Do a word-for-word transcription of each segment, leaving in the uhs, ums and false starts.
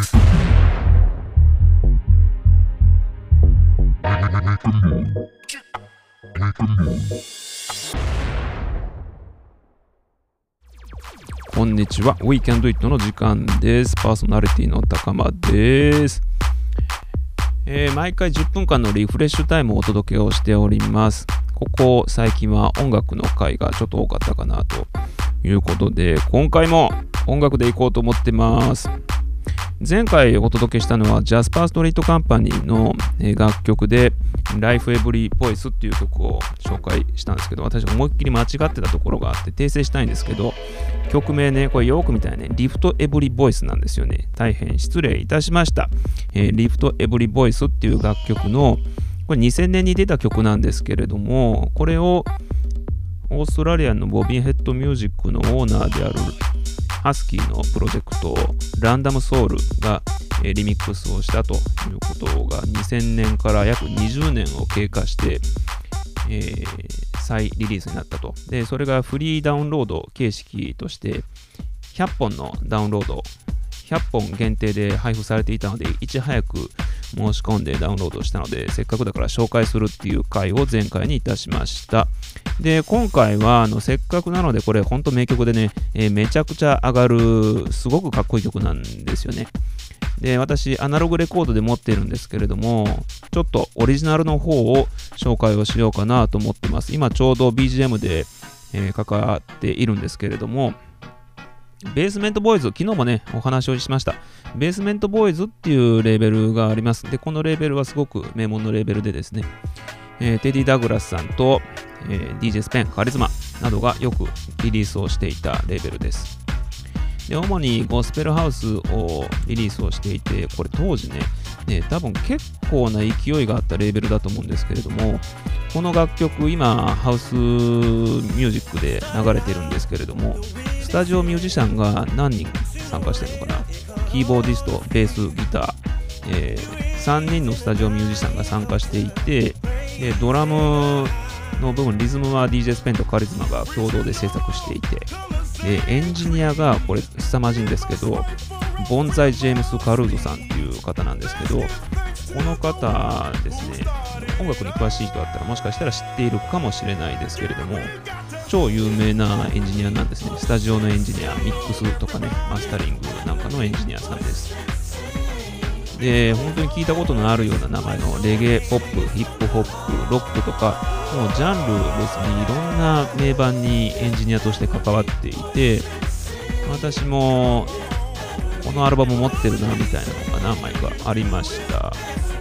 こんにちは。We Can Do It の時間です。パーソナリティの高間です。えー、毎回じゅっぷんかんのリフレッシュタイムをお届けをしております。ここ最近は音楽の回がちょっと多かったかなということで、今回も音楽でいこうと思ってます。前回お届けしたのはジャスパーストリートカンパニーの楽曲で Life Every Voice っていう曲を紹介したんですけど、私思いっきり間違ってたところがあって訂正したいんですけど、曲名ね、これよく見たらね、Lift Every Voice なんですよね。大変失礼いたしました。えー、Lift Every Voice っていう楽曲の、これにせんねんに出た曲なんですけれども、これをオーストラリアのボビンヘッドミュージックのオーナーであるハスキーのプロジェクトランダムソウルが、えー、リミックスをしたということがにせんねんから約にじゅうねんを経過して、えー、再リリースになったと。で、それがフリーダウンロード形式としてひゃっぽんのダウンロード、ひゃっぽん限定で配布されていたので、いち早く申し込んでダウンロードしたので、せっかくだから紹介するっていう回を前回にいたしました。で、今回はあのせっかくなので、これ本当名曲でね、えー、めちゃくちゃ上がるすごくかっこいい曲なんですよね。で、私アナログレコードで持ってるんですけれども、ちょっとオリジナルの方を紹介をしようかなと思ってます。今ちょうど ビージーエム で、えー、関わっているんですけれども、ベースメントボーイズ、昨日もね、お話をしました。ベースメントボーイズっていうレーベルがあります。で、このレーベルはすごく名門のレーベルでですね、えー、テディ・ダグラスさんと、えー、ディージェー スペン、カリズマなどがよくリリースをしていたレーベルです。で、主にゴスペルハウスをリリースをしていて、これ当時ね、ね多分結構な勢いがあったレーベルだと思うんですけれども、この楽曲、今、ハウスミュージックで流れてるんですけれども、スタジオミュージシャンが何人参加してるのかな。キーボーディスト、ベース、ギター、えー、さんにんのスタジオミュージシャンが参加していて、でドラムの部分、リズムは ディージェー スペンとカリズマが共同で制作していて、でエンジニアがこれ凄まじいんですけど、ボンザイ・ジェームス・カルーゾさんっていう方なんですけど、この方ですね、音楽に詳しい人だったらもしかしたら知っているかもしれないですけれども、超有名なエンジニアなんですね。スタジオのエンジニア、ミックスとかね、マスタリングなんかのエンジニアさんです。で、本当に聞いたことのあるような名前のレゲエ、ポップ、ヒップホップ、ロックとか、もうジャンルですね、いろんな名盤にエンジニアとして関わっていて、私もこのアルバム持ってるなみたいなのが何枚かありました。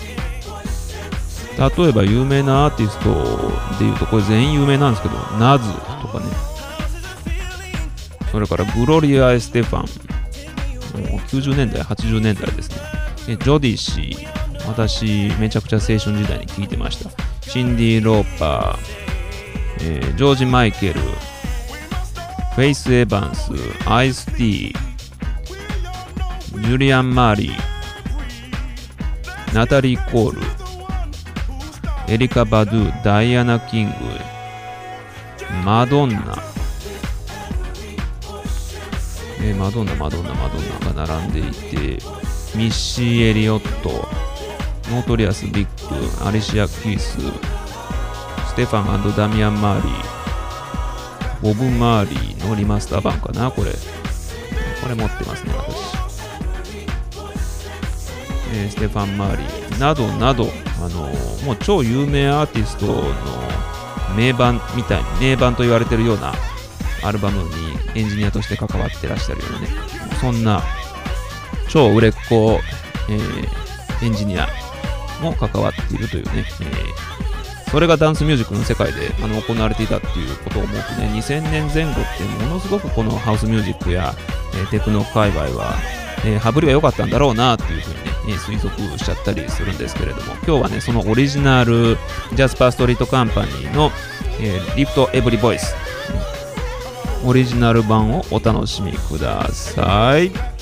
例えば有名なアーティストでいうと、これ全員有名なんですけど、ナズとかね、それからグロリア・エステファン、もうきゅうじゅうねんだい、はちじゅうねんだいですね。ジョディ氏、私めちゃくちゃ青春時代に聴いてました。シンディ・ローパー、えー、ジョージ・マイケル、フェイス・エヴァンス、アイス・ティー、ジュリアン・マーリー、ナタリー・コール、エリカ・バドゥ、ダイアナ・キング、マドンナ、えー、マドンナ、マドンナ、マドンナが並んでいて、ミッシー・エリオット、ノートリアス・ビッグ、アリシア・キース、ステファン&ダミアン・マーリー、ボブ・マーリーのリマスター版かな、これ。これ持ってますね、私。えー、ステファン・マーリーなどなど、あのー、もう超有名アーティストの名盤みたいに、名盤と言われているようなアルバムにエンジニアとして関わってらっしゃるようなね、そんな超売れっ子、えー、エンジニアも関わっているというね、えー、それがダンスミュージックの世界であの行われていたっていうことを思うとね、にせんねんぜん後ってものすごくこのハウスミュージックや、えー、テクノ界隈は、えー、羽振りが良かったんだろうなっていうふうにね、えー、推測しちゃったりするんですけれども、今日はね、そのオリジナルジャスパーストリートカンパニーの、えー、Lift Every Voice、オリジナル版をお楽しみください。